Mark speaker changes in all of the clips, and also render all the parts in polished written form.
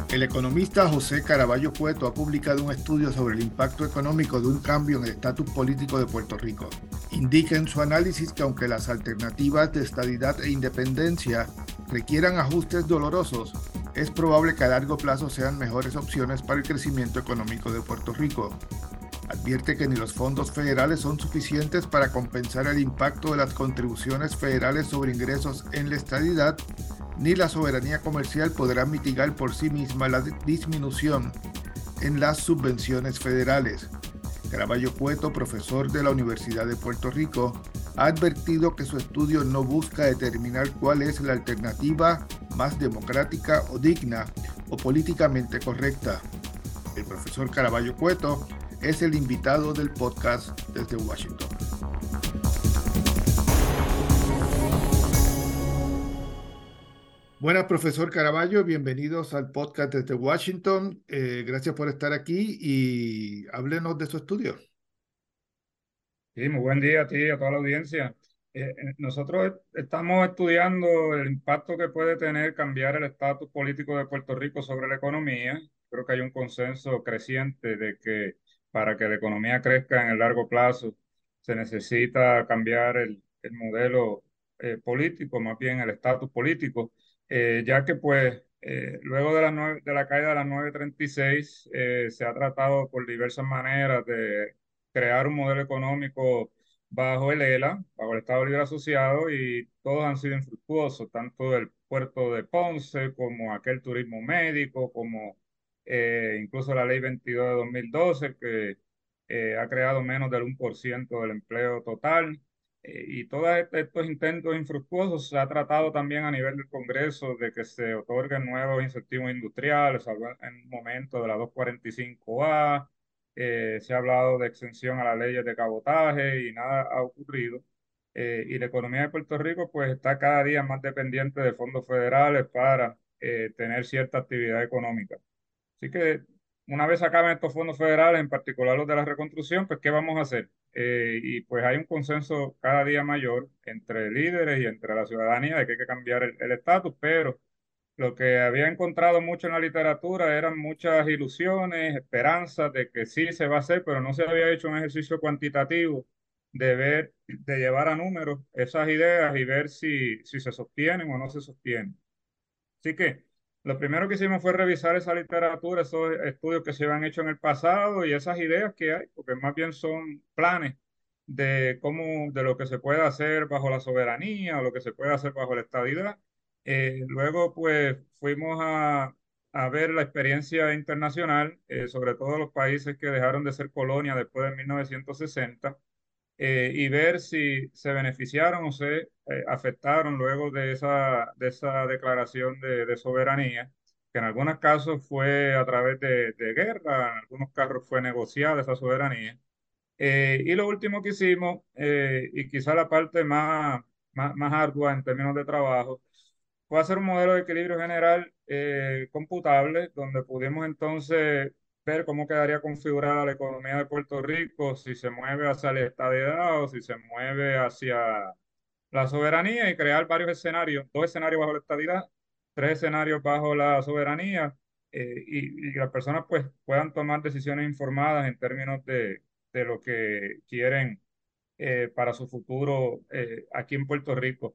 Speaker 1: El economista José Caraballo Cueto ha publicado un estudio sobre el impacto económico de un cambio en el estatus político de Puerto Rico. Indica en su análisis que aunque las alternativas de estadidad e independencia requieran ajustes dolorosos, es probable que a largo plazo sean mejores opciones para el crecimiento económico de Puerto Rico. Advierte que ni los fondos federales son suficientes para compensar el impacto de las contribuciones federales sobre ingresos en la estadidad, ni la soberanía comercial podrá mitigar por sí misma la disminución en las subvenciones federales. Caraballo Cueto, profesor de la Universidad de Puerto Rico, ha advertido que su estudio no busca determinar cuál es la alternativa más democrática o digna o políticamente correcta. El profesor Caraballo Cueto es el invitado del podcast desde Washington. Buenas, profesor Caraballo, bienvenidos al podcast desde Washington. Gracias por estar aquí y háblenos de su estudio.
Speaker 2: Sí, muy buen día a ti y a toda la audiencia. Nosotros estamos estudiando el impacto que puede tener cambiar el estatus político de Puerto Rico sobre la economía. Creo que hay un consenso creciente de que para que la economía crezca en el largo plazo se necesita cambiar el modelo político, más bien el estatus político, ya que luego de de la caída de las 936 se ha tratado por diversas maneras de crear un modelo económico bajo el ELA, bajo el Estado Libre Asociado, y todos han sido infructuosos, tanto el puerto de Ponce como aquel turismo médico, como incluso la Ley 22 de 2012, que ha creado menos del 1% del empleo total. Y todos estos intentos infructuosos se ha tratado también a nivel del Congreso de que se otorguen nuevos incentivos industriales, en un momento de la 245A. Se ha hablado de exención a las leyes de cabotaje y nada ha ocurrido. Y la economía de Puerto Rico pues está cada día más dependiente de fondos federales para tener cierta actividad económica. Así que una vez acaben estos fondos federales, en particular los de la reconstrucción, pues ¿qué vamos a hacer? Y pues hay un consenso cada día mayor entre líderes y entre la ciudadanía de que hay que cambiar el estatus, pero lo que había encontrado mucho en la literatura eran muchas ilusiones, esperanzas de que sí se va a hacer, pero no se había hecho un ejercicio cuantitativo de ver, de llevar a números esas ideas y ver si se sostienen o no se sostienen. Así que lo primero que hicimos fue revisar esa literatura, esos estudios que se habían hecho en el pasado y esas ideas que hay, porque más bien son planes de cómo, de lo que se puede hacer bajo la soberanía o lo que se puede hacer bajo la estadidad. Luego, pues, fuimos a ver la experiencia internacional, sobre todo los países que dejaron de ser colonia después de 1960, y ver si se beneficiaron o se afectaron luego de esa declaración de soberanía, que en algunos casos fue a través de guerra, en algunos casos fue negociada esa soberanía. Y lo último que hicimos, y quizá la parte más ardua en términos de trabajo, fue hacer un modelo de equilibrio general computable, donde pudimos entonces ver cómo quedaría configurada la economía de Puerto Rico, si se mueve hacia la estabilidad o si se mueve hacia la soberanía, y crear varios escenarios, dos escenarios bajo la estabilidad, tres escenarios bajo la soberanía, y las personas pues puedan tomar decisiones informadas en términos de lo que quieren para su futuro aquí en Puerto Rico.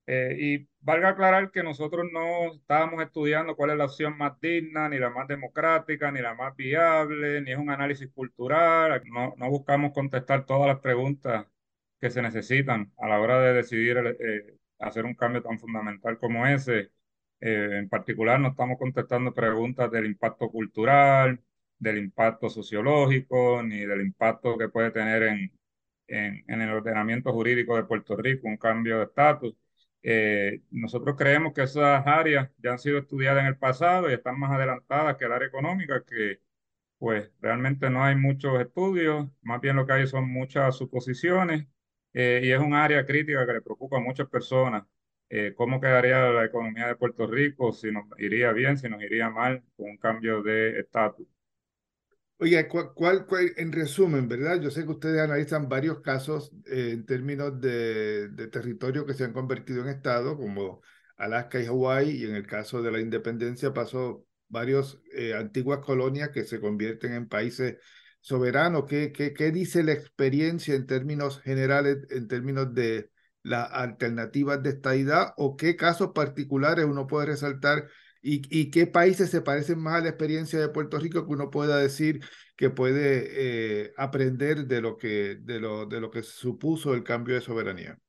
Speaker 2: Y valga aclarar que nosotros no estábamos estudiando cuál es la opción más digna, ni la más democrática, ni la más viable, ni es un análisis cultural. No buscamos contestar todas las preguntas que se necesitan a la hora de decidir hacer un cambio tan fundamental como ese. En particular, no estamos contestando preguntas del impacto cultural, del impacto sociológico, ni del impacto que puede tener en el ordenamiento jurídico de Puerto Rico, un cambio de estatus. Nosotros creemos que esas áreas ya han sido estudiadas en el pasado y están más adelantadas que el área económica, que pues realmente no hay muchos estudios, más bien lo que hay son muchas suposiciones, y es un área crítica que le preocupa a muchas personas. ¿Cómo quedaría la economía de Puerto Rico? Si nos iría bien, si nos iría mal, con un cambio de estatus.
Speaker 1: Oiga, en resumen, ¿verdad? Yo sé que ustedes analizan varios casos en términos de territorios que se han convertido en estado, como Alaska y Hawái, y en el caso de la independencia pasó varios antiguas colonias que se convierten en países soberanos. ¿Qué dice la experiencia en términos generales, en términos de las alternativas de estadidad o qué casos particulares uno puede resaltar y qué países se parecen más a la experiencia de Puerto Rico que uno pueda decir que puede aprender de de lo que supuso el cambio de soberanía?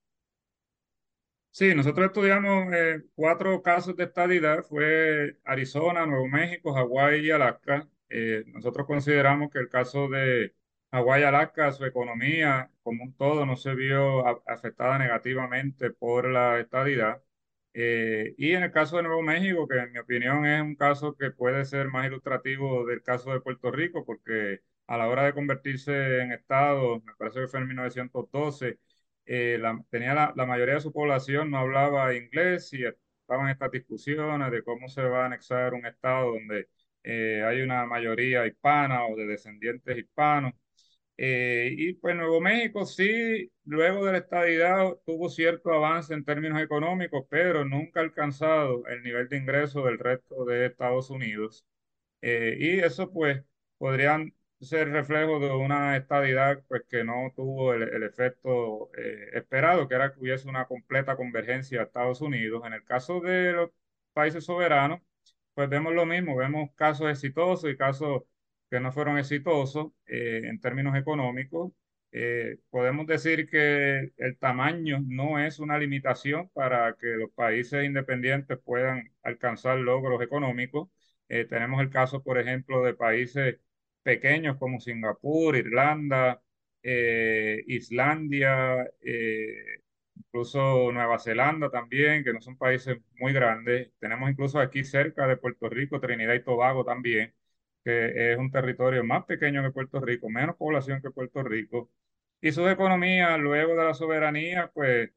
Speaker 2: Sí, nosotros estudiamos cuatro casos de estadidad, fue Arizona, Nuevo México, Hawái y Alaska. Nosotros consideramos que el caso de Hawái y Alaska, su economía como un todo no se vio afectada negativamente por la estadidad. Y en el caso de Nuevo México, que en mi opinión es un caso que puede ser más ilustrativo del caso de Puerto Rico, porque a la hora de convertirse en Estado, me parece que fue en 1912, tenía la mayoría de su población no hablaba inglés y estaban estas discusiones de cómo se va a anexar un estado donde hay una mayoría hispana o de descendientes hispanos. Y pues Nuevo México sí, luego de la estadidad tuvo cierto avance en términos económicos, pero nunca ha alcanzado el nivel de ingreso del resto de Estados Unidos. Y eso pues podrían ser reflejo de una estadidad pues que no tuvo el efecto esperado, que era que hubiese una completa convergencia a Estados Unidos. En el caso de los países soberanos, pues vemos lo mismo, vemos casos exitosos y casos que no fueron exitosos en términos económicos. Podemos decir que el tamaño no es una limitación para que los países independientes puedan alcanzar logros económicos. Tenemos el caso, por ejemplo, de países pequeños como Singapur, Irlanda, Islandia, incluso Nueva Zelanda también, que no son países muy grandes. Tenemos incluso aquí cerca de Puerto Rico, Trinidad y Tobago también, que es un territorio más pequeño que Puerto Rico, menos población que Puerto Rico. Y sus economías, luego de la soberanía, pues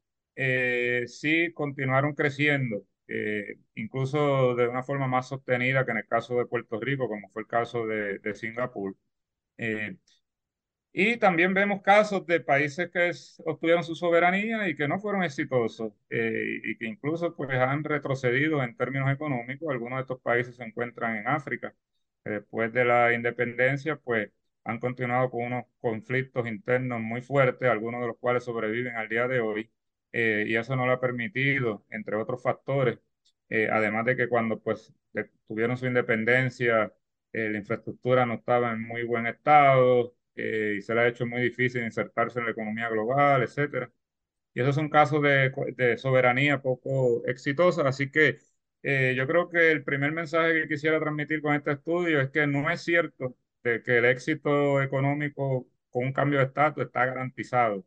Speaker 2: sí continuaron creciendo, incluso de una forma más sostenida que en el caso de Puerto Rico, como fue el caso de Singapur. Eh, y también vemos casos de países que obtuvieron su soberanía y que no fueron exitosos y que incluso pues han retrocedido en términos económicos. Algunos de estos países se encuentran en África. Después de la independencia pues han continuado con unos conflictos internos muy fuertes, algunos de los cuales sobreviven al día de hoy. Y eso no lo ha permitido, entre otros factores, además de que cuando pues tuvieron su independencia, la infraestructura no estaba en muy buen estado y se le ha hecho muy difícil insertarse en la economía global, etcétera. Y esos son casos de soberanía poco exitosa. Así que yo creo que el primer mensaje que quisiera transmitir con este estudio es que no es cierto de que el éxito económico con un cambio de estatus está garantizado.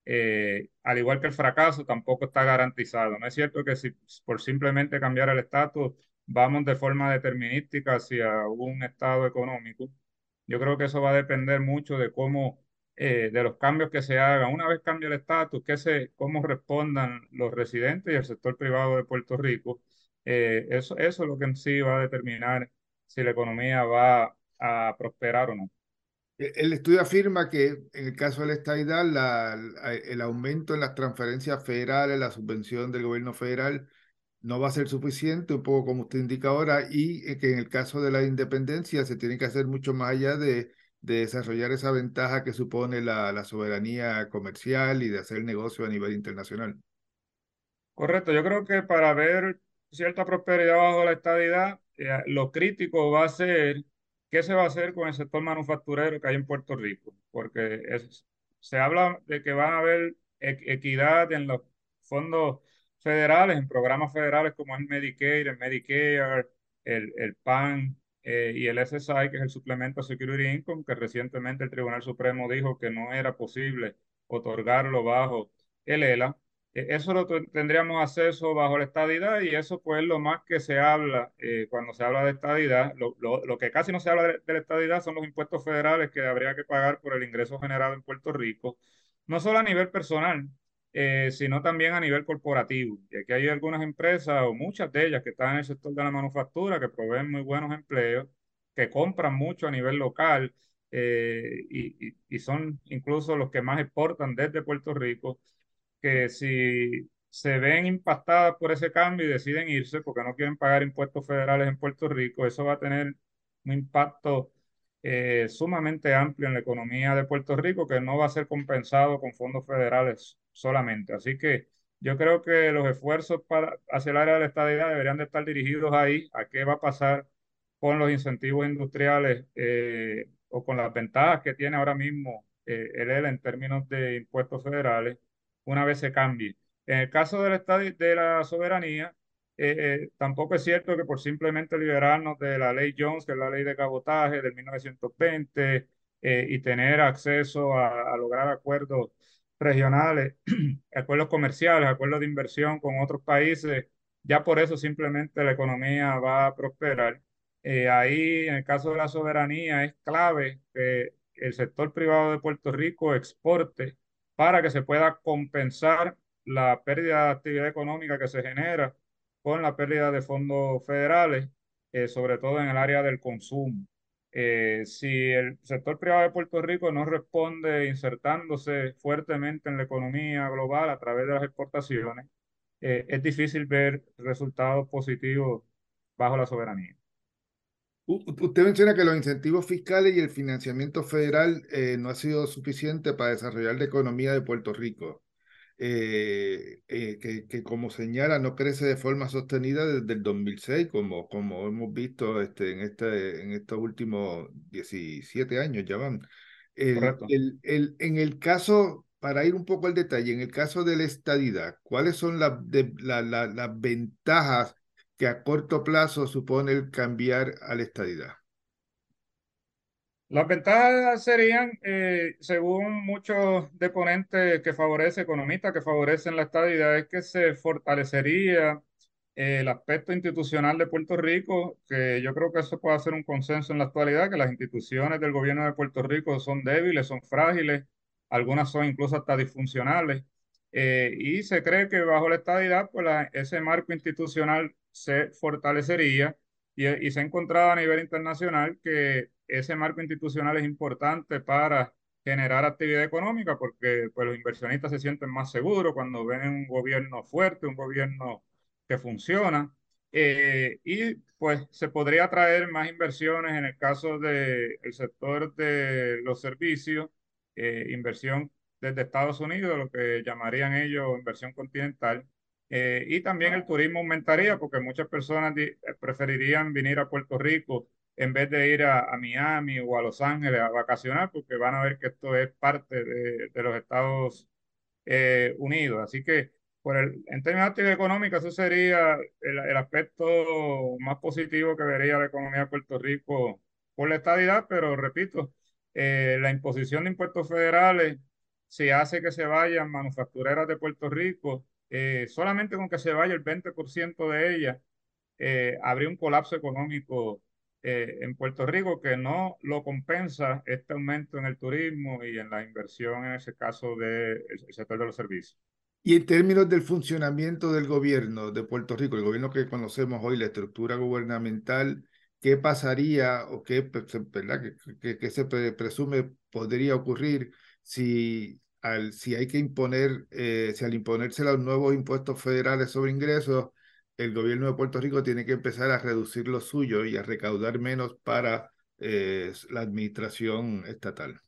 Speaker 2: Al igual que el fracaso tampoco está garantizado. No es cierto que si por simplemente cambiar el estatus vamos de forma determinística hacia un estado económico. Yo creo que eso va a depender mucho de cómo, de los cambios que se hagan. Una vez cambie el estatus, cómo respondan los residentes y el sector privado de Puerto Rico. Eso es lo que en sí va a determinar si la economía va a prosperar o no.
Speaker 1: El estudio afirma que en el caso de la estadidad, el aumento en las transferencias federales, la subvención del gobierno federal, no va a ser suficiente, un poco como usted indica ahora, y que en el caso de la independencia se tiene que hacer mucho más allá de desarrollar esa ventaja que supone la soberanía comercial y de hacer negocio a nivel internacional.
Speaker 2: Correcto, yo creo que para ver cierta prosperidad bajo la estadidad, lo crítico va a ser qué se va a hacer con el sector manufacturero que hay en Puerto Rico, porque se habla de que van a haber equidad en los fondos federales, en programas federales como el Medicaid, el Medicare, el PAN y el SSI, que es el Suplemento Security Income, que recientemente el Tribunal Supremo dijo que no era posible otorgarlo bajo el ELA. Eso tendríamos acceso bajo la estadidad y eso pues es lo más que se habla cuando se habla de estadidad. Lo que casi no se habla de la estadidad son los impuestos federales que habría que pagar por el ingreso generado en Puerto Rico, no solo a nivel personal, sino también a nivel corporativo. Y aquí hay algunas empresas o muchas de ellas que están en el sector de la manufactura, que proveen muy buenos empleos, que compran mucho a nivel local y son incluso los que más exportan desde Puerto Rico que si se ven impactadas por ese cambio y deciden irse porque no quieren pagar impuestos federales en Puerto Rico, eso va a tener un impacto sumamente amplio en la economía de Puerto Rico que no va a ser compensado con fondos federales solamente. Así que yo creo que los esfuerzos hacia el área de la estadidad deberían de estar dirigidos ahí, a qué va a pasar con los incentivos industriales o con las ventajas que tiene ahora mismo el ELA en términos de impuestos federales una vez se cambie. En el caso del de la soberanía, tampoco es cierto que por simplemente liberarnos de la ley Jones, que es la ley de cabotaje del 1920, y tener acceso a lograr acuerdos regionales, acuerdos comerciales, acuerdos de inversión con otros países, ya por eso simplemente la economía va a prosperar. Ahí, en el caso de la soberanía, es clave que el sector privado de Puerto Rico exporte para que se pueda compensar la pérdida de actividad económica que se genera con la pérdida de fondos federales, sobre todo en el área del consumo. Si el sector privado de Puerto Rico no responde insertándose fuertemente en la economía global a través de las exportaciones, es difícil ver resultados positivos bajo la soberanía.
Speaker 1: Usted menciona que los incentivos fiscales y el financiamiento federal no ha sido suficiente para desarrollar la economía de Puerto Rico, que como señala no crece de forma sostenida desde el 2006, como hemos visto en estos últimos 17 años ya van.
Speaker 2: ¿Correcto?
Speaker 1: En el caso, para ir un poco al detalle, en el caso de la estadidad, ¿cuáles son las ventajas que a corto plazo supone el cambiar a la estadidad?
Speaker 2: Las ventajas serían, según muchos deponentes que favorecen, economistas que favorecen la estadidad, es que se fortalecería el aspecto institucional de Puerto Rico, que yo creo que eso puede ser un consenso en la actualidad, que las instituciones del gobierno de Puerto Rico son débiles, son frágiles, algunas son incluso hasta disfuncionales, y se cree que bajo la estadidad, pues ese marco institucional se fortalecería y se ha encontrado a nivel internacional que ese marco institucional es importante para generar actividad económica porque pues, los inversionistas se sienten más seguros cuando ven un gobierno fuerte, un gobierno que funciona. Y pues se podría atraer más inversiones en el caso del sector de los servicios, inversión desde Estados Unidos, lo que llamarían ellos inversión continental. Y también el turismo aumentaría porque muchas personas preferirían venir a Puerto Rico en vez de ir a Miami o a Los Ángeles a vacacionar porque van a ver que esto es parte de los Estados Unidos. Así que en términos de actividad económica, eso sería el aspecto más positivo que vería la economía de Puerto Rico por la estadidad, pero repito, la imposición de impuestos federales, si hace que se vayan manufactureras de Puerto Rico, solamente con que se vaya el 20% de ellas, habría un colapso económico en Puerto Rico que no lo compensa este aumento en el turismo y en la inversión, en ese caso del sector de los servicios.
Speaker 1: Y en términos del funcionamiento del gobierno de Puerto Rico, el gobierno que conocemos hoy, la estructura gubernamental, ¿qué pasaría o ¿verdad? ¿Qué se presume podría ocurrir si hay que imponer, si al imponerse los nuevos impuestos federales sobre ingresos, el gobierno de Puerto Rico tiene que empezar a reducir lo suyo y a recaudar menos para la administración estatal?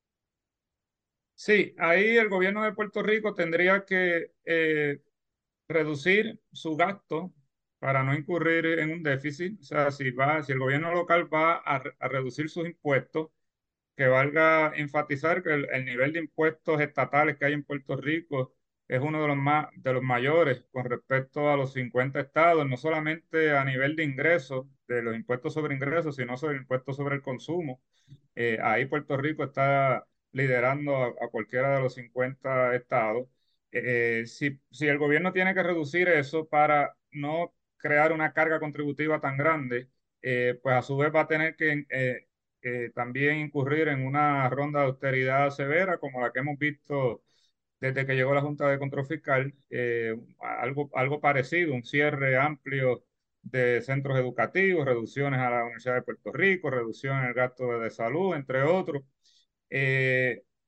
Speaker 2: Sí, ahí el gobierno de Puerto Rico tendría que reducir su gasto para no incurrir en un déficit. O sea, si el gobierno local va a reducir sus impuestos, que valga enfatizar que el nivel de impuestos estatales que hay en Puerto Rico es uno de los mayores con respecto a los 50 estados, no solamente a nivel de ingresos, de los impuestos sobre ingresos, sino sobre el impuesto sobre el consumo. Ahí Puerto Rico está liderando a cualquiera de los 50 estados. Si el gobierno tiene que reducir eso para no crear una carga contributiva tan grande, pues a su vez va a tener que también incurrir en una ronda de austeridad severa como la que hemos visto desde que llegó la Junta de Control Fiscal, algo parecido, un cierre amplio de centros educativos, reducciones a la Universidad de Puerto Rico, reducción en el gasto de salud, entre otros. Eh,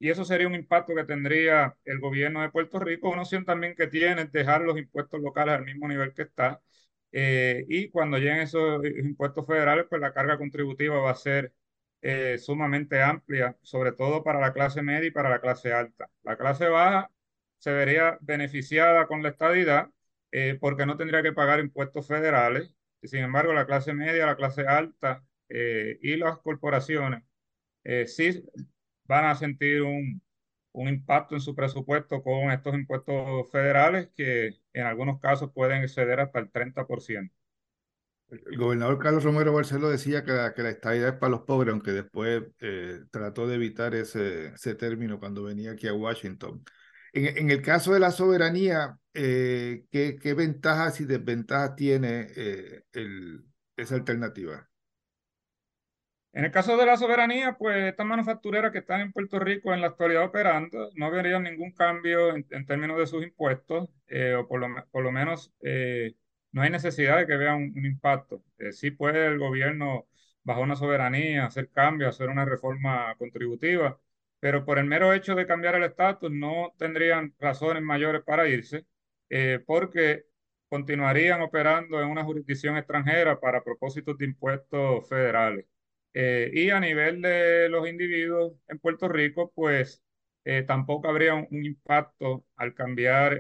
Speaker 2: y eso sería un impacto que tendría el gobierno de Puerto Rico. Una opción también que tiene es dejar los impuestos locales al mismo nivel que está, y cuando lleguen esos impuestos federales, pues la carga contributiva va a ser sumamente amplia, sobre todo para la clase media y para la clase alta. La clase baja se vería beneficiada con la estadidad, porque no tendría que pagar impuestos federales. Sin embargo, la clase media, la clase alta y las corporaciones sí van a sentir un impacto en su presupuesto con estos impuestos federales que en algunos casos pueden exceder hasta el 30%.
Speaker 1: El gobernador Carlos Romero Barceló decía que la estadidad es para los pobres, aunque después trató de evitar ese término cuando venía aquí a Washington. En el caso de la soberanía, ¿qué ventajas y desventajas tiene esa alternativa?
Speaker 2: En el caso de la soberanía, pues estas manufactureras que están en Puerto Rico en la actualidad operando no verían ningún cambio en términos de sus impuestos, o por lo menos no hay necesidad de que vean un impacto. Sí puede el gobierno, bajo una soberanía, hacer cambios, hacer una reforma contributiva, pero por el mero hecho de cambiar el estatus no tendrían razones mayores para irse, porque continuarían operando en una jurisdicción extranjera para propósitos de impuestos federales. Y a nivel de los individuos en Puerto Rico, pues tampoco habría un impacto al cambiar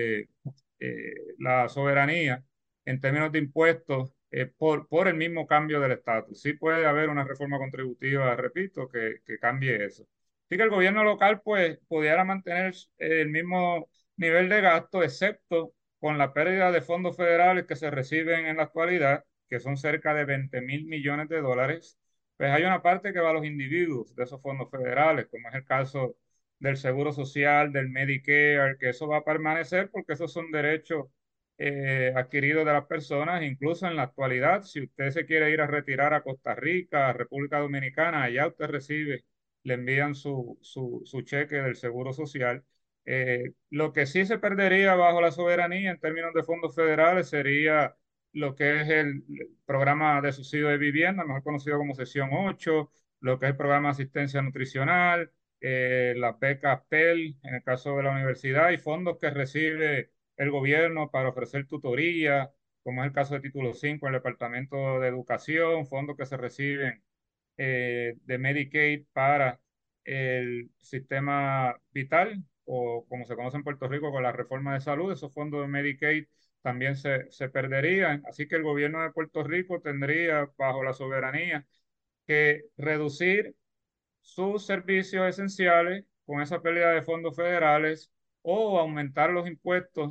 Speaker 2: la soberanía en términos de impuestos, por el mismo cambio del estatus. Sí puede haber una reforma contributiva, repito, que cambie eso. Así que el gobierno local, pues, pudiera mantener el mismo nivel de gasto, excepto con la pérdida de fondos federales que se reciben en la actualidad, que son cerca de 20 millones de dólares. Pues hay una parte que va a los individuos de esos fondos federales, como es el caso del Seguro Social, del Medicare, que eso va a permanecer porque esos son derechos adquiridos de las personas. Incluso en la actualidad, si usted se quiere ir a retirar a Costa Rica, a República Dominicana, allá usted recibe, le envían su cheque del Seguro Social. Lo que sí se perdería bajo la soberanía en términos de fondos federales sería lo que es el programa de subsidio de vivienda, mejor conocido como Sección 8, lo que es el programa de asistencia nutricional, las becas PEL en el caso de la universidad, y fondos que recibe el gobierno para ofrecer tutoría, como es el caso de Título 5 en el Departamento de Educación, fondos que se reciben de Medicaid para el sistema vital, o como se conoce en Puerto Rico con la reforma de salud. Esos fondos de Medicaid también se perderían. Así que el gobierno de Puerto Rico tendría, bajo la soberanía, que reducir sus servicios esenciales con esa pérdida de fondos federales, o aumentar los impuestos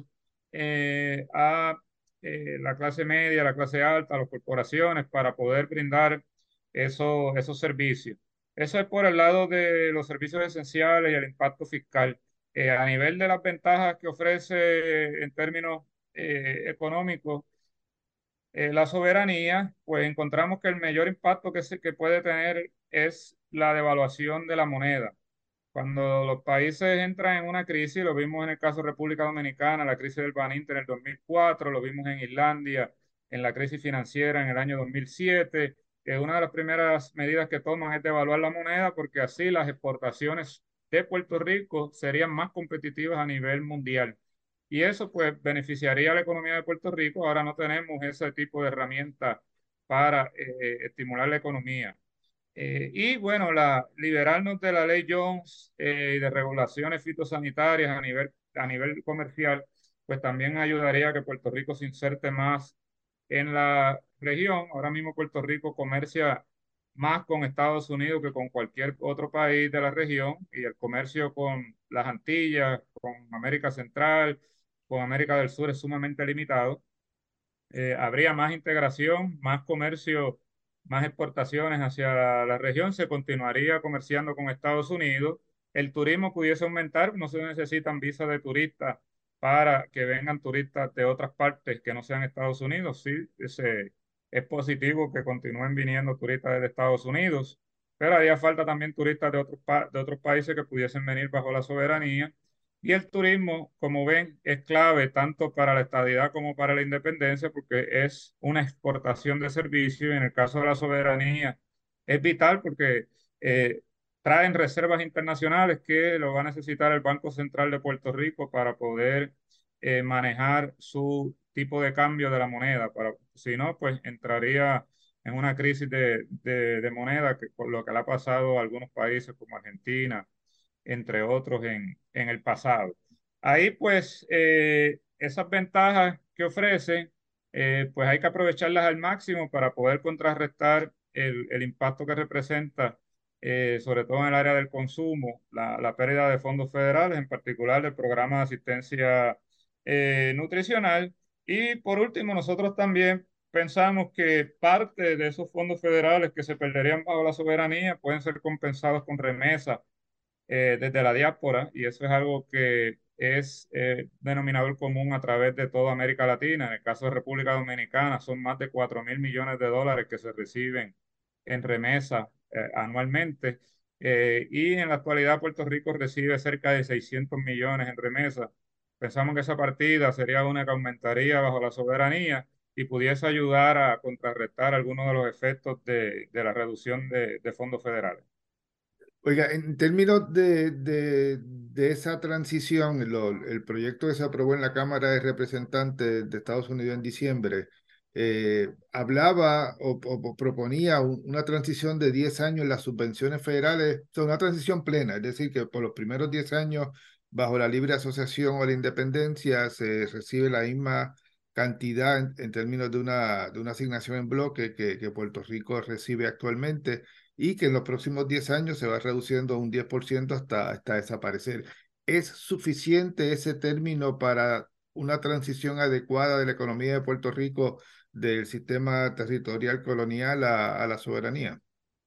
Speaker 2: a la clase media, la clase alta, a las corporaciones para poder brindar esos servicios. Eso es por el lado de los servicios esenciales y el impacto fiscal. A nivel de las ventajas que ofrece en términos económicos, la soberanía, pues encontramos que el mayor impacto que puede tener es la devaluación de la moneda. Cuando los países entran en una crisis, lo vimos en el caso de República Dominicana, la crisis del Banintер en el 2004, lo vimos en Islandia en la crisis financiera en el año 2007, que una de las primeras medidas que toman es devaluar la moneda, porque así las exportaciones de Puerto Rico serían más competitivas a nivel mundial. Y eso pues beneficiaría a la economía de Puerto Rico. Ahora no tenemos ese tipo de herramienta para estimular la economía. Y bueno, liberarnos de la ley Jones y de regulaciones fitosanitarias a nivel comercial, pues también ayudaría a que Puerto Rico se inserte más en la región. Ahora mismo Puerto Rico comercia más con Estados Unidos que con cualquier otro país de la región, y el comercio con las Antillas, con América Central, con América del Sur es sumamente limitado. Habría más integración, más comercio, más exportaciones hacia la región, se continuaría comerciando con Estados Unidos, el turismo pudiese aumentar, no se necesitan visas de turistas para que vengan turistas de otras partes que no sean Estados Unidos. Sí, es positivo que continúen viniendo turistas desde Estados Unidos, pero haría falta también turistas de otros países que pudiesen venir bajo la soberanía. Y el turismo, como ven, es clave tanto para la estabilidad como para la independencia, porque es una exportación de servicios. Y en el caso de la soberanía, es vital porque eh, traen reservas internacionales que lo va a necesitar el Banco Central de Puerto Rico para poder manejar su tipo de cambio de la moneda. Si no, pues entraría en una crisis de moneda, que, por lo que le ha pasado a algunos países como Argentina, entre otros, en el pasado. Ahí, pues, esas ventajas que ofrece, pues hay que aprovecharlas al máximo para poder contrarrestar el impacto que representa, sobre todo en el área del consumo, la pérdida de fondos federales, en particular del programa de asistencia nutricional. Y por último, nosotros también pensamos que parte de esos fondos federales que se perderían bajo la soberanía pueden ser compensados con remesas desde la diáspora, y eso es algo que es denominador común a través de toda América Latina. En el caso de República Dominicana, son más de 4.000 millones de dólares que se reciben en remesas anualmente. Y en la actualidad Puerto Rico recibe cerca de 600 millones en remesas. Pensamos que esa partida sería una que aumentaría bajo la soberanía y pudiese ayudar a contrarrestar algunos de los efectos de la reducción de fondos federales.
Speaker 1: Oiga, en términos de esa transición, el proyecto que se aprobó en la Cámara de Representantes de Estados Unidos en diciembre, hablaba o proponía una transición de 10 años en las subvenciones federales, o sea, una transición plena, es decir, que por los primeros 10 años, bajo la libre asociación o la independencia, se recibe la misma cantidad en términos de una asignación en bloque que Puerto Rico recibe actualmente y que en los próximos 10 años se va reduciendo un 10% hasta desaparecer. ¿Es suficiente ese término para una transición adecuada de la economía de Puerto Rico del sistema territorial colonial a la soberanía?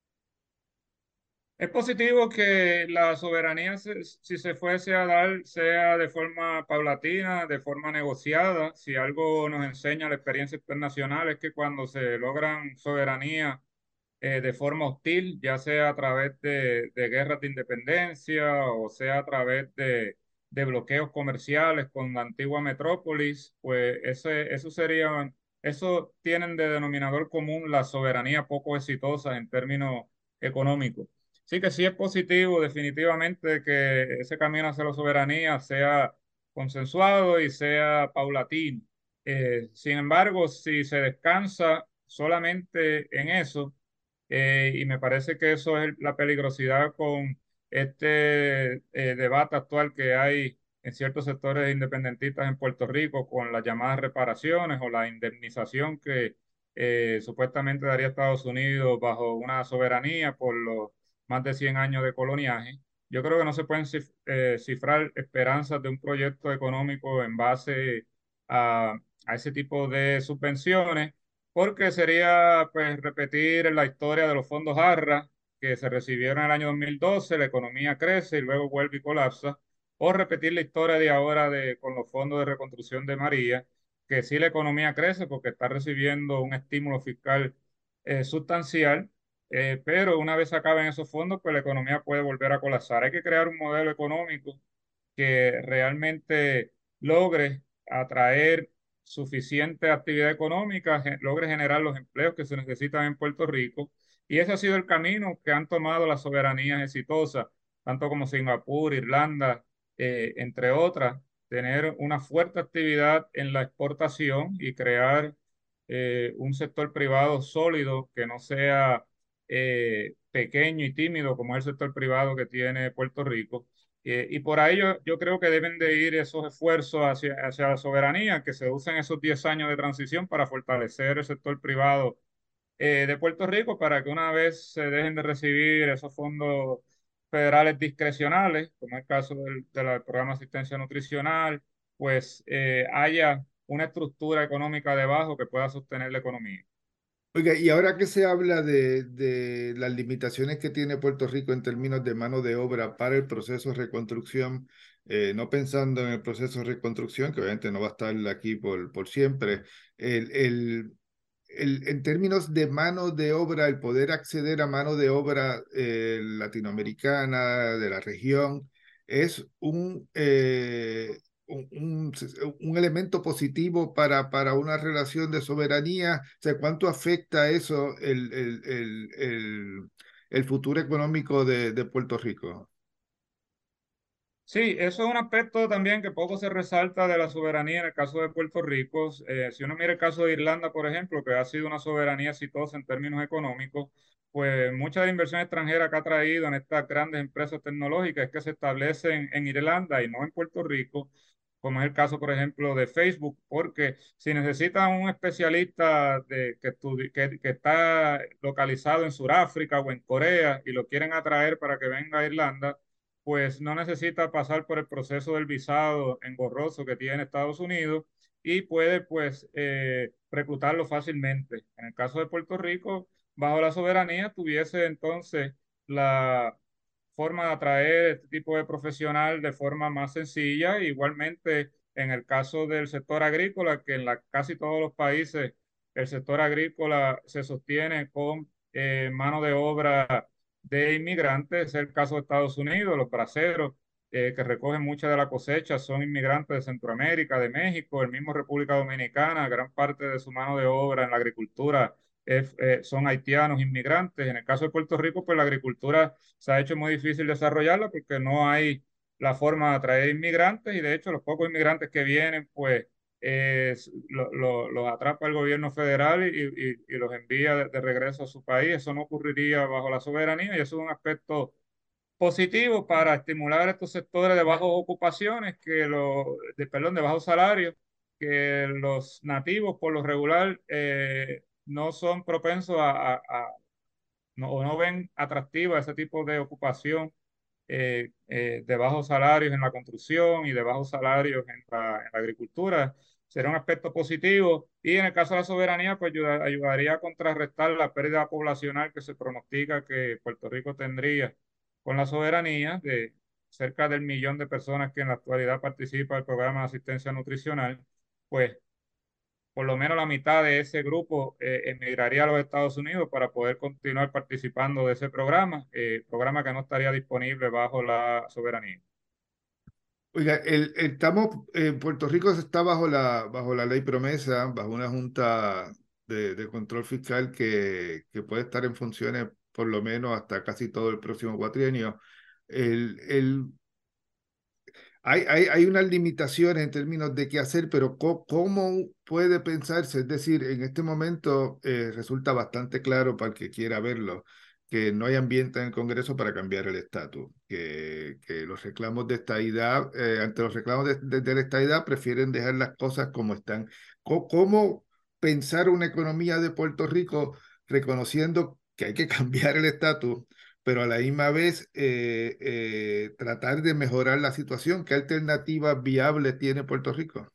Speaker 2: Es positivo que la soberanía, si se fuese a dar, sea de forma paulatina, de forma negociada. Si algo nos enseña la experiencia internacional es que cuando se logran soberanía de forma hostil, ya sea a través de guerras de independencia o sea a través de bloqueos comerciales con la antigua metrópolis, pues eso tienen de denominador común la soberanía poco exitosa en términos económicos. Sí que sí es positivo definitivamente que ese camino hacia la soberanía sea consensuado y sea paulatino. Sin embargo, si se descansa solamente en eso, y me parece que eso es la peligrosidad con este debate actual que hay en ciertos sectores independentistas en Puerto Rico con las llamadas reparaciones o la indemnización que supuestamente daría Estados Unidos bajo una soberanía por los más de 100 años de coloniaje. Yo creo que no se pueden cifrar esperanzas de un proyecto económico en base a ese tipo de subvenciones, porque sería pues repetir la historia de los fondos ARRA que se recibieron en el año 2012, la economía crece y luego vuelve y colapsa, o repetir la historia de ahora con los fondos de reconstrucción de María, que sí la economía crece porque está recibiendo un estímulo fiscal sustancial, pero una vez acaben esos fondos, pues la economía puede volver a colapsar. Hay que crear un modelo económico que realmente logre atraer suficiente actividad económica, logre generar los empleos que se necesitan en Puerto Rico. Y ese ha sido el camino que han tomado las soberanías exitosas, tanto como Singapur, Irlanda, entre otras, tener una fuerte actividad en la exportación y crear un sector privado sólido que no sea pequeño y tímido como es el sector privado que tiene Puerto Rico. Y por ahí yo creo que deben de ir esos esfuerzos hacia la soberanía, que se usen esos 10 años de transición para fortalecer el sector privado de Puerto Rico, para que una vez se dejen de recibir esos fondos federales discrecionales, como es el caso del programa de asistencia nutricional, pues haya una estructura económica debajo que pueda sostener la economía.
Speaker 1: Oiga, y ahora que se habla de las limitaciones que tiene Puerto Rico en términos de mano de obra para el proceso de reconstrucción, no pensando en el proceso de reconstrucción, que obviamente no va a estar aquí por siempre, el, el, en términos de mano de obra, el poder acceder a mano de obra latinoamericana, de la región, es un elemento positivo para una relación de soberanía. O sea, ¿cuánto afecta eso el futuro económico de Puerto Rico?
Speaker 2: Sí, eso es un aspecto también que poco se resalta de la soberanía en el caso de Puerto Rico. Si uno mira el caso de Irlanda, por ejemplo, que ha sido una soberanía exitosa en términos económicos, pues mucha de la inversión extranjera que ha traído en estas grandes empresas tecnológicas es que se establecen en Irlanda y no en Puerto Rico, como es el caso, por ejemplo, de Facebook, porque si necesitan un especialista que está localizado en Sudáfrica o en Corea y lo quieren atraer para que venga a Irlanda, pues no necesita pasar por el proceso del visado engorroso que tiene Estados Unidos y puede pues reclutarlo fácilmente. En el caso de Puerto Rico, bajo la soberanía, tuviese entonces la forma de atraer este tipo de profesional de forma más sencilla. Igualmente, en el caso del sector agrícola, que en casi todos los países el sector agrícola se sostiene con mano de obra de inmigrantes, es el caso de Estados Unidos, los braceros que recogen mucha de la cosecha son inmigrantes de Centroamérica, de México, el mismo República Dominicana, gran parte de su mano de obra en la agricultura son haitianos inmigrantes. En el caso de Puerto Rico, pues la agricultura se ha hecho muy difícil desarrollarla porque no hay la forma de atraer inmigrantes y de hecho los pocos inmigrantes que vienen, pues los atrapa el gobierno federal y los envía de regreso a su país. Eso no ocurriría bajo la soberanía y eso es un aspecto positivo para estimular estos sectores de bajas ocupaciones, perdón, de bajos salarios, que los nativos por lo regular no son propensos o no ven atractiva ese tipo de ocupación de bajos salarios en la construcción y de bajos salarios en la agricultura. Será un aspecto positivo y en el caso de la soberanía, pues ayudaría a contrarrestar la pérdida poblacional que se pronostica que Puerto Rico tendría con la soberanía de cerca del millón de personas que en la actualidad participa del programa de asistencia nutricional, pues por lo menos la mitad de ese grupo emigraría a los Estados Unidos para poder continuar participando de ese programa que no estaría disponible bajo la soberanía.
Speaker 1: Oiga, Puerto Rico está bajo la ley promesa, bajo una junta de control fiscal que puede estar en funciones por lo menos hasta casi todo el próximo cuatrienio. El, el, hay unas limitaciones en términos de qué hacer, pero ¿cómo puede pensarse? Es decir, en este momento resulta bastante claro para el que quiera verlo que no hay ambiente en el Congreso para cambiar el estatus, que los reclamos de estadidad, ante los reclamos de la estadidad, prefieren dejar las cosas como están. ¿Cómo pensar una economía de Puerto Rico reconociendo que hay que cambiar el estatus, pero a la misma vez tratar de mejorar la situación? ¿Qué alternativas viables tiene Puerto Rico?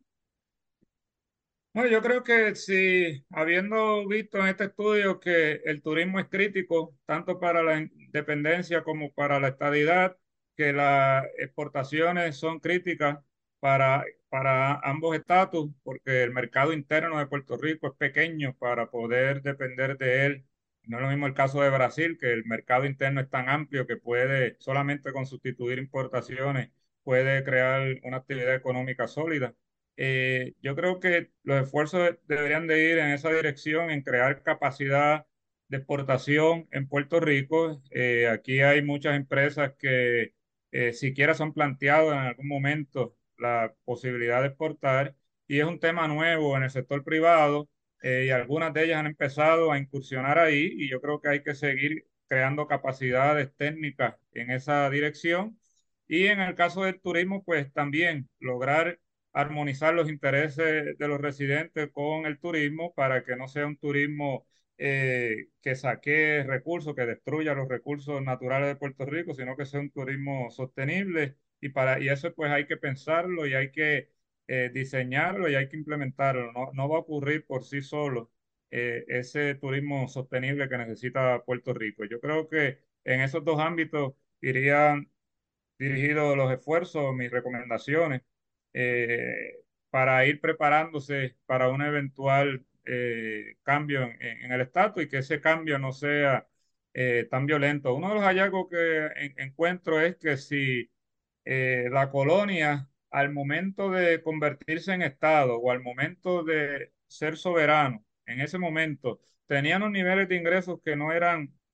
Speaker 2: Bueno, yo creo que si, habiendo visto en este estudio que el turismo es crítico, tanto para la independencia como para la estabilidad, que las exportaciones son críticas para ambos estatus, porque el mercado interno de Puerto Rico es pequeño para poder depender de él. No es lo mismo el caso de Brasil, que el mercado interno es tan amplio que puede, solamente con sustituir importaciones, puede crear una actividad económica sólida. Yo creo que los esfuerzos deberían de ir en esa dirección, en crear capacidad de exportación en Puerto Rico. Aquí hay muchas empresas que siquiera se han planteado en algún momento la posibilidad de exportar y es un tema nuevo en el sector privado y algunas de ellas han empezado a incursionar ahí y yo creo que hay que seguir creando capacidades técnicas en esa dirección. Y en el caso del turismo, pues también lograr armonizar los intereses de los residentes con el turismo para que no sea un turismo que saquee recursos, que destruya los recursos naturales de Puerto Rico, sino que sea un turismo sostenible y eso pues hay que pensarlo y hay que diseñarlo y hay que implementarlo. No va a ocurrir por sí solo ese turismo sostenible que necesita Puerto Rico. Yo creo que en esos dos ámbitos irían dirigido los esfuerzos, mis recomendaciones, para ir preparándose para un eventual cambio en el estatus y que ese cambio no sea tan violento. Uno de los hallazgos que encuentro es que si la colonia, al momento de convertirse en estado o al momento de ser soberano, en ese momento, tenían unos niveles de ingresos que no eran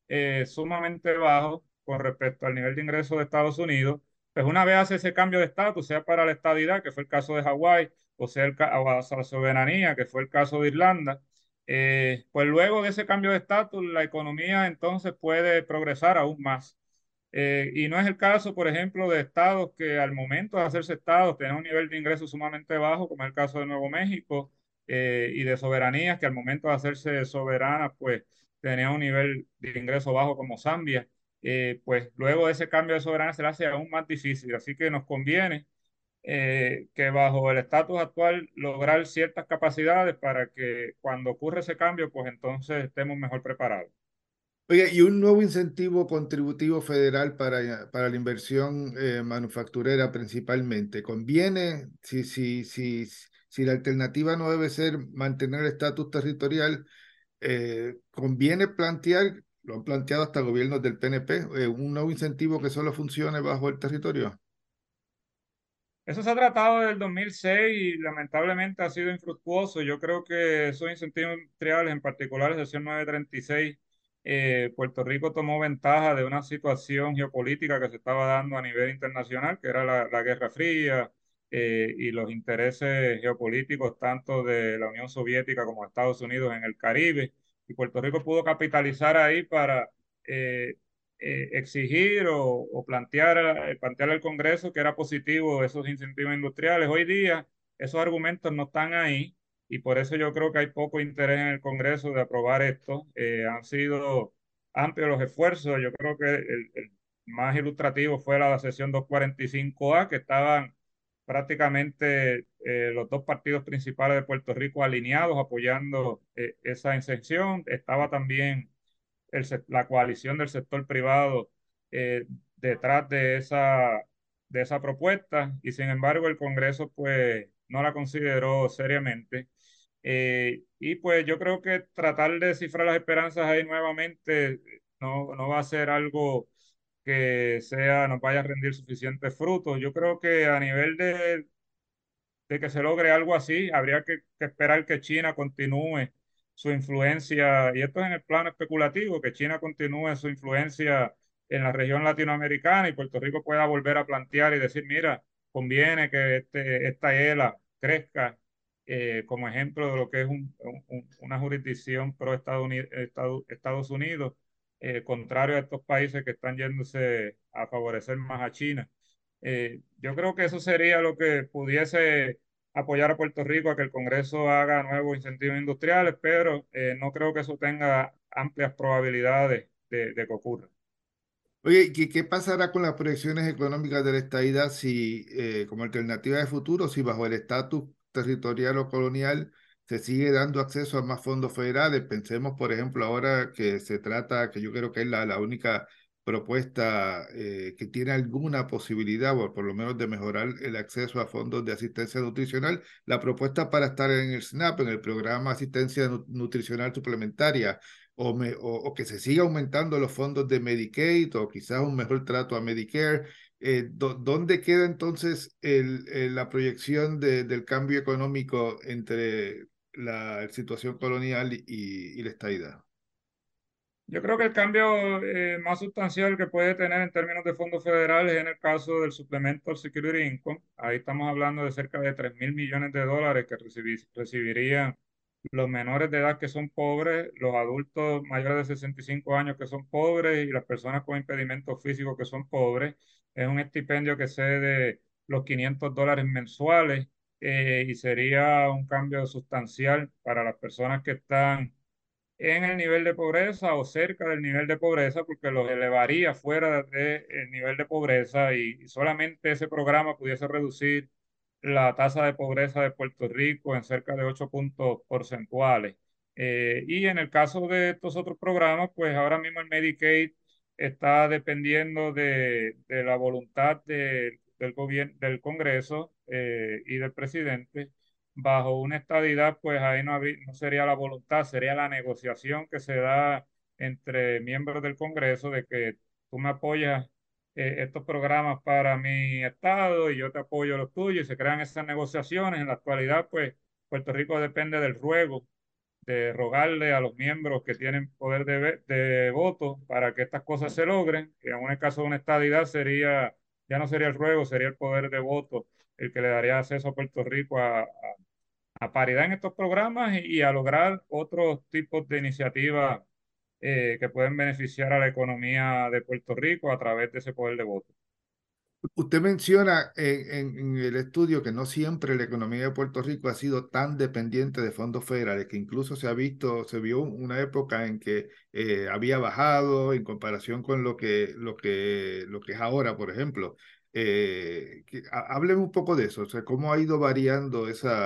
Speaker 2: sumamente bajo con respecto al nivel de ingresos de Estados Unidos. Pues una vez hace ese cambio de estatus, sea para la estadidad, que fue el caso de Hawái, o sea, o a la soberanía, que fue el caso de Irlanda, pues luego de ese cambio de estatus, la economía entonces puede progresar aún más. Y no es el caso, por ejemplo, de estados que al momento de hacerse estados tienen un nivel de ingresos sumamente bajo, como es el caso de Nuevo México, y de soberanías que al momento de hacerse soberanas, pues tenían un nivel de ingreso bajo como Zambia. Pues luego de ese cambio de soberanía se le hace aún más difícil. Así que nos conviene que bajo el estatus actual lograr ciertas capacidades para que cuando ocurra ese cambio, pues entonces estemos mejor preparados.
Speaker 1: Oye, y un nuevo incentivo contributivo federal para la inversión manufacturera principalmente. ¿Conviene si la alternativa no debe ser mantener el estatus territorial? ¿Conviene plantear, lo han planteado hasta gobiernos del PNP, un nuevo incentivo que solo funcione bajo el territorio?
Speaker 2: Eso se ha tratado desde el 2006 y lamentablemente ha sido infructuoso. Yo creo que esos incentivos industriales, en particular la sección 936, Puerto Rico tomó ventaja de una situación geopolítica que se estaba dando a nivel internacional, que era la Guerra Fría, y los intereses geopolíticos tanto de la Unión Soviética como de Estados Unidos en el Caribe. Y Puerto Rico pudo capitalizar ahí para eh, exigir o plantear al Congreso que era positivo esos incentivos industriales. Hoy día esos argumentos no están ahí y por eso yo creo que hay poco interés en el Congreso de aprobar esto. Han sido amplios los esfuerzos. Yo creo que el más ilustrativo fue la sesión 245A, que estaban prácticamente los dos partidos principales de Puerto Rico alineados apoyando esa exención. Estaba también la coalición del sector privado eh, detrás de esa propuesta y sin embargo el Congreso pues no la consideró seriamente. Y pues yo creo que tratar de descifrar las esperanzas ahí nuevamente no va a ser algo que nos vaya a rendir suficientes frutos. Yo creo que a nivel de que se logre algo así, habría que esperar que China continúe su influencia, y esto es en el plano especulativo, que China continúe su influencia en la región latinoamericana y Puerto Rico pueda volver a plantear y decir, mira, conviene que esta ELA crezca como ejemplo de lo que es una jurisdicción pro Estados Unidos, contrario a estos países que están yéndose a favorecer más a China. Yo creo que eso sería lo que pudiese apoyar a Puerto Rico a que el Congreso haga nuevos incentivos industriales, pero no creo que eso tenga amplias probabilidades de que ocurra.
Speaker 1: Oye, ¿qué pasará con las proyecciones económicas de la estadidad si, como alternativa de futuro, si bajo el estatus territorial o colonial se sigue dando acceso a más fondos federales? Pensemos, por ejemplo, ahora que se trata, que yo creo que es la única propuesta que tiene alguna posibilidad, o por lo menos de mejorar el acceso a fondos de asistencia nutricional, la propuesta para estar en el SNAP, en el programa de asistencia nutricional suplementaria o que se siga aumentando los fondos de Medicaid o quizás un mejor trato a Medicare. ¿Dónde queda entonces la proyección del cambio económico entre la situación colonial y la estadidad?
Speaker 2: Yo creo que el cambio más sustancial que puede tener en términos de fondos federales es en el caso del suplemento al Security Income. Ahí estamos hablando de cerca de 3.000 millones de dólares que recibirían los menores de edad que son pobres, los adultos mayores de 65 años que son pobres y las personas con impedimentos físicos que son pobres. Es un estipendio que excede de los $500 mensuales, y sería un cambio sustancial para las personas que están en el nivel de pobreza o cerca del nivel de pobreza, porque los elevaría fuera del nivel de pobreza y solamente ese programa pudiese reducir la tasa de pobreza de Puerto Rico en cerca de 8 puntos porcentuales. Y en el caso de estos otros programas, pues ahora mismo el Medicaid está dependiendo de la voluntad del gobierno, del Congreso y del presidente. Bajo una estadidad, pues ahí no sería la voluntad, sería la negociación que se da entre miembros del Congreso de que tú me apoyas estos programas para mi estado y yo te apoyo los tuyos y se crean esas negociaciones. En la actualidad, pues Puerto Rico depende del ruego de rogarle a los miembros que tienen poder de voto para que estas cosas se logren, que en el caso de una estadidad sería, ya no sería el ruego, sería el poder de voto el que le daría acceso a Puerto Rico a paridad en estos programas y a lograr otros tipos de iniciativas que pueden beneficiar a la economía de Puerto Rico a través de ese poder de voto.
Speaker 1: Usted menciona en el estudio que no siempre la economía de Puerto Rico ha sido tan dependiente de fondos federales, que incluso se vio una época en que había bajado en comparación con lo que es ahora, por ejemplo. Hábleme un poco de eso, o sea, cómo ha ido variando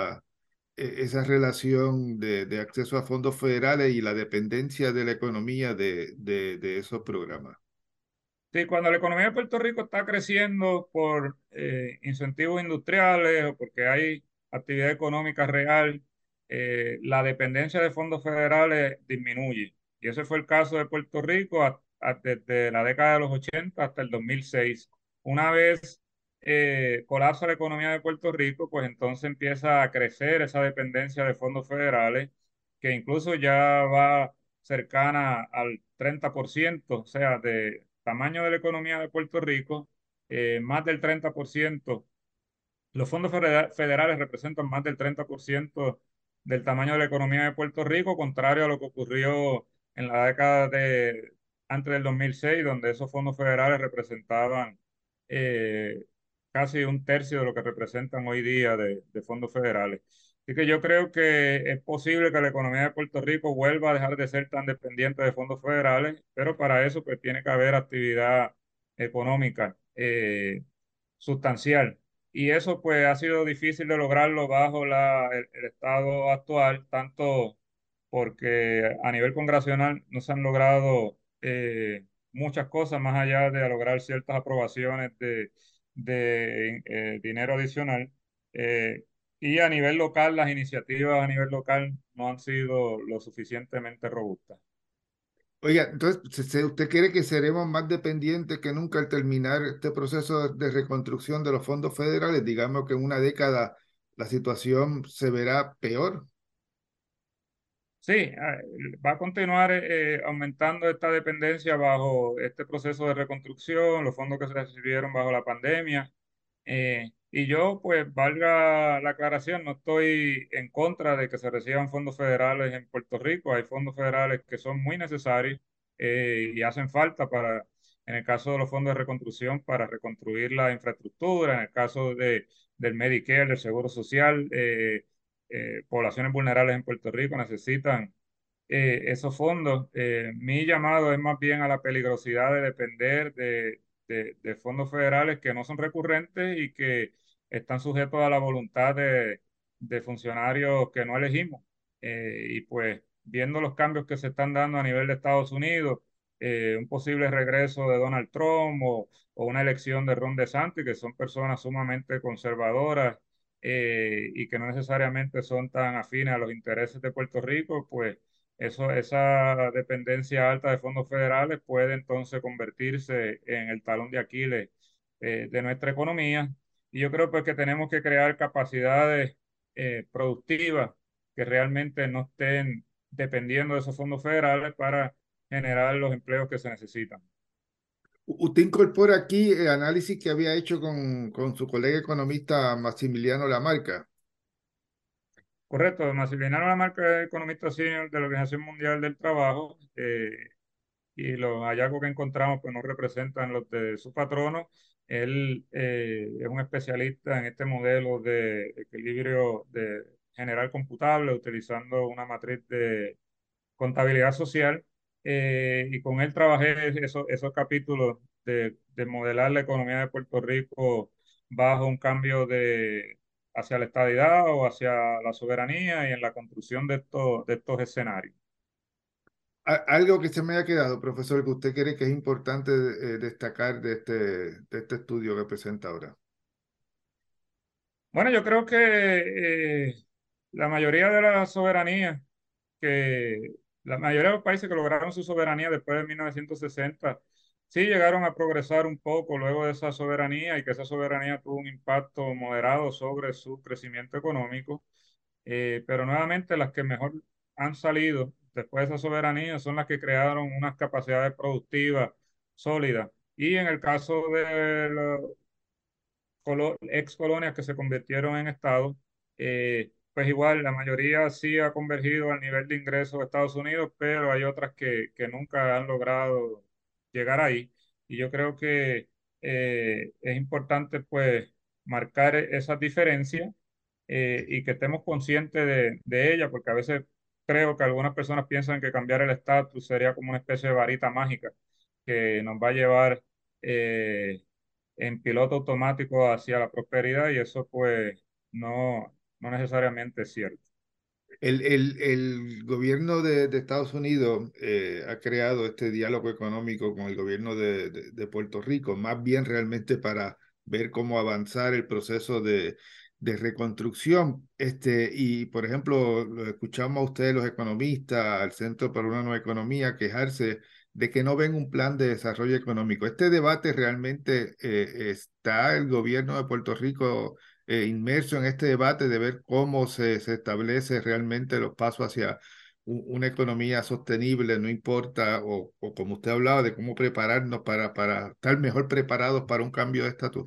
Speaker 1: esa relación de acceso a fondos federales y la dependencia de la economía de esos programas.
Speaker 2: Sí, cuando la economía de Puerto Rico está creciendo por incentivos industriales o porque hay actividad económica real, la dependencia de fondos federales disminuye. Y ese fue el caso de Puerto Rico desde la década de los 80 hasta el 2006. Una vez colapsa la economía de Puerto Rico, pues entonces empieza a crecer esa dependencia de fondos federales, que incluso ya va cercana al 30%, o sea, de tamaño de la economía de Puerto Rico, más del 30%. Los fondos federales representan más del 30% del tamaño de la economía de Puerto Rico, contrario a lo que ocurrió en la década de antes del 2006, donde esos fondos federales representaban eh, casi un tercio de lo que representan hoy día de fondos federales. Así que yo creo que es posible que la economía de Puerto Rico vuelva a dejar de ser tan dependiente de fondos federales, pero para eso pues tiene que haber actividad económica sustancial. Y eso pues ha sido difícil de lograrlo bajo el estado actual, tanto porque a nivel congresional no se han logrado muchas cosas más allá de lograr ciertas aprobaciones de dinero adicional. eh, y a nivel local, las iniciativas a nivel local no han sido lo suficientemente robustas.
Speaker 1: Oiga, entonces, ¿usted cree que seremos más dependientes que nunca al terminar este proceso de reconstrucción de los fondos federales? Digamos que en una década la situación se verá peor.
Speaker 2: Sí, va a continuar aumentando esta dependencia bajo este proceso de reconstrucción, los fondos que se recibieron bajo la pandemia. Y yo, pues, valga la aclaración, no estoy en contra de que se reciban fondos federales en Puerto Rico. Hay fondos federales que son muy necesarios y hacen falta en el caso de los fondos de reconstrucción, para reconstruir la infraestructura, en el caso del Medicare, del Seguro Social. Poblaciones vulnerables en Puerto Rico necesitan esos fondos. Mi llamado es más bien a la peligrosidad de depender de fondos federales que no son recurrentes y que están sujetos a la voluntad de funcionarios que no elegimos. Y pues viendo los cambios que se están dando a nivel de Estados Unidos, un posible regreso de Donald Trump o una elección de Ron DeSantis, que son personas sumamente conservadoras y que no necesariamente son tan afines a los intereses de Puerto Rico, pues esa dependencia alta de fondos federales puede entonces convertirse en el talón de Aquiles de nuestra economía. Y yo creo pues que tenemos que crear capacidades productivas que realmente no estén dependiendo de esos fondos federales para generar los empleos que se necesitan.
Speaker 1: Usted incorpora aquí el análisis que había hecho con su colega economista Maximiliano Lamarca.
Speaker 2: Correcto, Maximiliano Lamarca es economista senior de la Organización Mundial del Trabajo. Y los hallazgos que encontramos pues no representan los de su patrono. Él es un especialista en este modelo de equilibrio de general computable utilizando una matriz de contabilidad social, y con él trabajé esos capítulos de modelar la economía de Puerto Rico bajo un cambio hacia la estadidad o hacia la soberanía y en la construcción de estos escenarios.
Speaker 1: Algo que se me haya quedado, profesor, que usted cree que es importante destacar de este estudio que presenta ahora.
Speaker 2: Bueno, yo creo que la mayoría de las soberanías, que la mayoría de los países que lograron su soberanía después de 1960, sí llegaron a progresar un poco luego de esa soberanía y que esa soberanía tuvo un impacto moderado sobre su crecimiento económico. Pero nuevamente las que mejor han salido después de esa soberanía son las que crearon unas capacidades productivas sólidas. Y en el caso de ex colonias que se convirtieron en estados, pues igual la mayoría sí ha convergido al nivel de ingresos de Estados Unidos, pero hay otras que nunca han logrado llegar ahí. Y yo creo que es importante pues marcar esas diferencias y que estemos conscientes de ellas, porque a veces creo que algunas personas piensan que cambiar el estatus sería como una especie de varita mágica que nos va a llevar eh, en piloto automático hacia la prosperidad y eso pues no necesariamente es cierto.
Speaker 1: El gobierno de Estados Unidos ha creado este diálogo económico con el gobierno de Puerto Rico, más bien realmente para ver cómo avanzar el proceso de reconstrucción. Y, por ejemplo, lo escuchamos a ustedes, los economistas, al Centro para una Nueva Economía, quejarse de que no ven un plan de desarrollo económico. Este debate realmente está el gobierno de Puerto Rico inmerso en este debate de ver cómo se establece realmente los pasos hacia una economía sostenible, no importa, o como usted hablaba, de cómo prepararnos para estar mejor preparados para un cambio de estatus.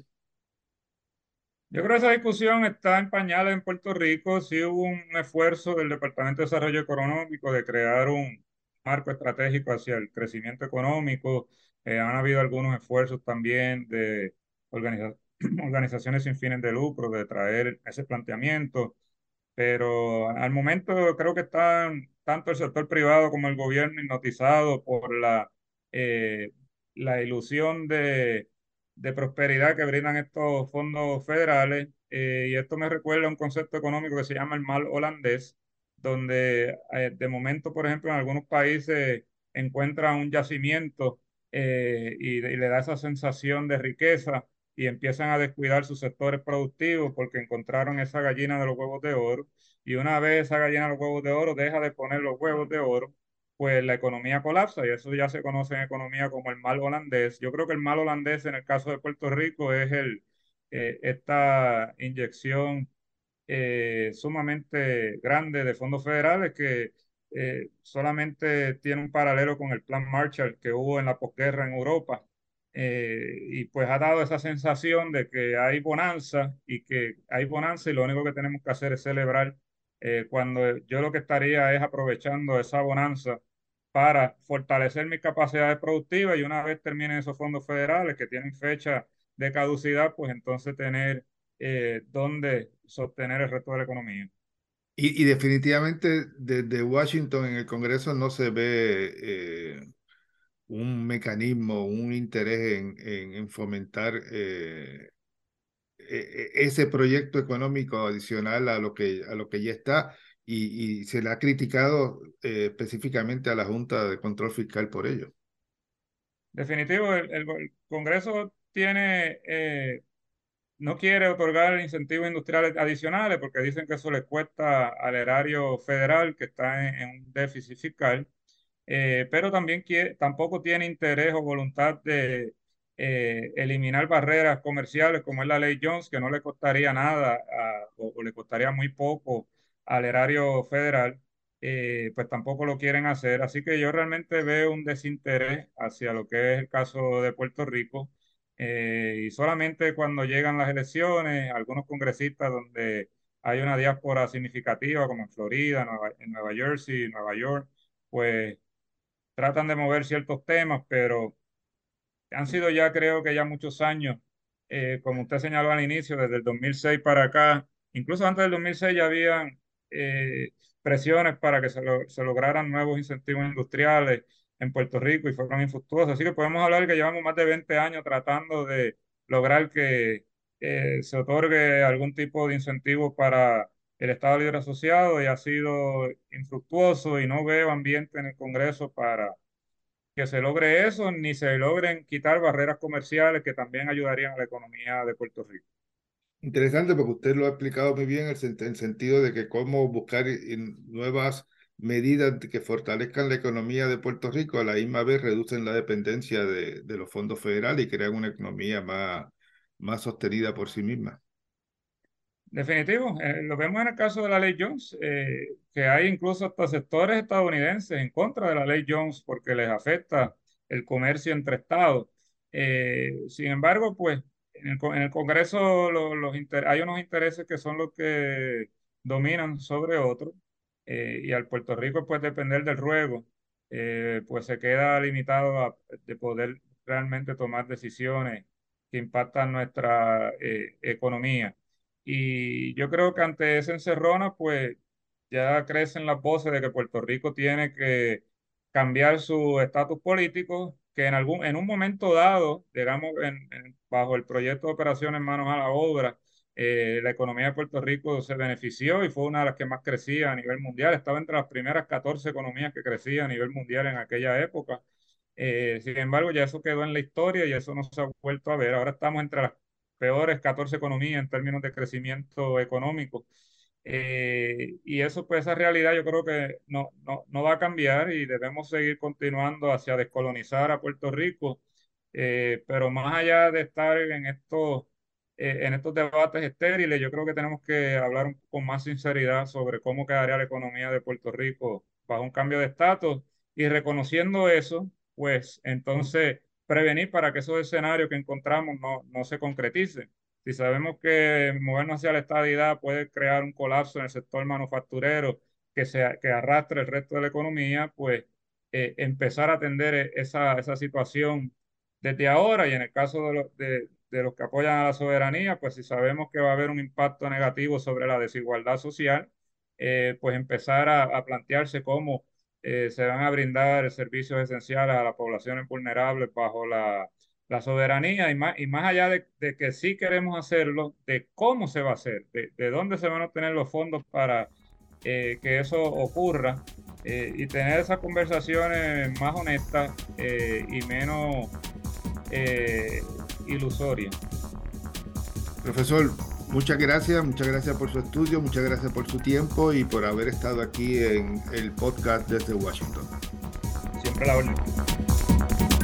Speaker 2: Yo creo que esa discusión está en pañales en Puerto Rico. Sí hubo un esfuerzo del Departamento de Desarrollo Económico de crear un marco estratégico hacia el crecimiento económico. Han habido algunos esfuerzos también de organizaciones sin fines de lucro de traer ese planteamiento, pero al momento creo que están tanto el sector privado como el gobierno hipnotizados por eh, la ilusión de prosperidad que brindan estos fondos federales. Y esto me recuerda a un concepto económico que se llama el mal holandés, donde de momento, por ejemplo, en algunos países encuentran un yacimiento y le da esa sensación de riqueza y empiezan a descuidar sus sectores productivos porque encontraron esa gallina de los huevos de oro. Y una vez esa gallina de los huevos de oro deja de poner los huevos de oro, pues la economía colapsa y eso ya se conoce en economía como el mal holandés. Yo creo que el mal holandés en el caso de Puerto Rico es esta inyección sumamente grande de fondos federales que solamente tiene un paralelo con el plan Marshall que hubo en la posguerra en Europa. Y pues ha dado esa sensación de que hay bonanza y que hay bonanza y lo único que tenemos que hacer es celebrar cuando yo lo que estaría es aprovechando esa bonanza para fortalecer mis capacidades productivas y una vez terminen esos fondos federales que tienen fecha de caducidad, pues entonces tener dónde sostener el resto de la economía.
Speaker 1: Y definitivamente desde Washington en el Congreso no se ve un mecanismo, un interés en fomentar ese proyecto económico adicional a lo que ya está y se le ha criticado específicamente a la Junta de Control Fiscal por ello.
Speaker 2: Definitivo, el Congreso tiene, no quiere otorgar incentivos industriales adicionales porque dicen que eso le cuesta al erario federal que está en un déficit fiscal. Pero también tampoco tiene interés o voluntad de eliminar barreras comerciales como es la ley Jones, que no le costaría nada o le costaría muy poco al erario federal, pues tampoco lo quieren hacer. Así que yo realmente veo un desinterés hacia lo que es el caso de Puerto Rico. Y solamente cuando llegan las elecciones, algunos congresistas donde hay una diáspora significativa, como en Florida, en Nueva Jersey, Nueva York, pues tratan de mover ciertos temas, pero han sido ya creo que ya muchos años, como usted señaló al inicio, desde el 2006 para acá, incluso antes del 2006 ya habían presiones para que se lograran nuevos incentivos industriales en Puerto Rico y fueron infructuosos. Así que podemos hablar que llevamos más de 20 años tratando de lograr que se otorgue algún tipo de incentivo para el Estado Libre Asociado y ha sido infructuoso y no veo ambiente en el Congreso para que se logre eso, ni se logren quitar barreras comerciales que también ayudarían a la economía de Puerto Rico.
Speaker 1: Interesante porque usted lo ha explicado muy bien el sentido de que cómo buscar nuevas medidas que fortalezcan la economía de Puerto Rico, a la misma vez reducen la dependencia de los fondos federales y crean una economía más sostenida por sí misma.
Speaker 2: Definitivo, lo vemos en el caso de la ley Jones, que hay incluso hasta sectores estadounidenses en contra de la ley Jones porque les afecta el comercio entre estados. Sin embargo, pues en el Congreso hay unos intereses que son los que dominan sobre otros, y al Puerto Rico pues depender del ruego, pues se queda limitado de poder realmente tomar decisiones que impactan nuestra economía. Y yo creo que ante esa encerrona, pues ya crecen las voces de que Puerto Rico tiene que cambiar su estatus político, que en un momento dado, digamos, bajo el proyecto de operaciones Manos a la Obra, la economía de Puerto Rico se benefició y fue una de las que más crecía a nivel mundial. Estaba entre las primeras 14 economías que crecía a nivel mundial en aquella época. Sin embargo, ya eso quedó en la historia y eso no se ha vuelto a ver. Ahora estamos entre las peores 14 economías en términos de crecimiento económico. Y eso, pues esa realidad yo creo que no va a cambiar y debemos seguir continuando hacia descolonizar a Puerto Rico. Pero más allá de estar en estos debates estériles, yo creo que tenemos que hablar con más sinceridad sobre cómo quedaría la economía de Puerto Rico bajo un cambio de estatus y reconociendo eso, pues entonces prevenir para que esos escenarios que encontramos no se concreticen. Si sabemos que movernos hacia la estabilidad puede crear un colapso en el sector manufacturero que arrastre el resto de la economía, pues empezar a atender esa situación desde ahora y en el caso de los que apoyan a la soberanía, pues si sabemos que va a haber un impacto negativo sobre la desigualdad social, pues empezar a plantearse cómo se van a brindar servicios esenciales a las poblaciones vulnerables bajo la soberanía y más allá de que sí queremos hacerlo, de cómo se va a hacer, de dónde se van a obtener los fondos para que eso ocurra, y tener esas conversaciones más honestas y menos eh, ilusorias.
Speaker 1: Profesor, muchas gracias por su estudio, muchas gracias por su tiempo y por haber estado aquí en el podcast desde Washington.
Speaker 2: Siempre la orden.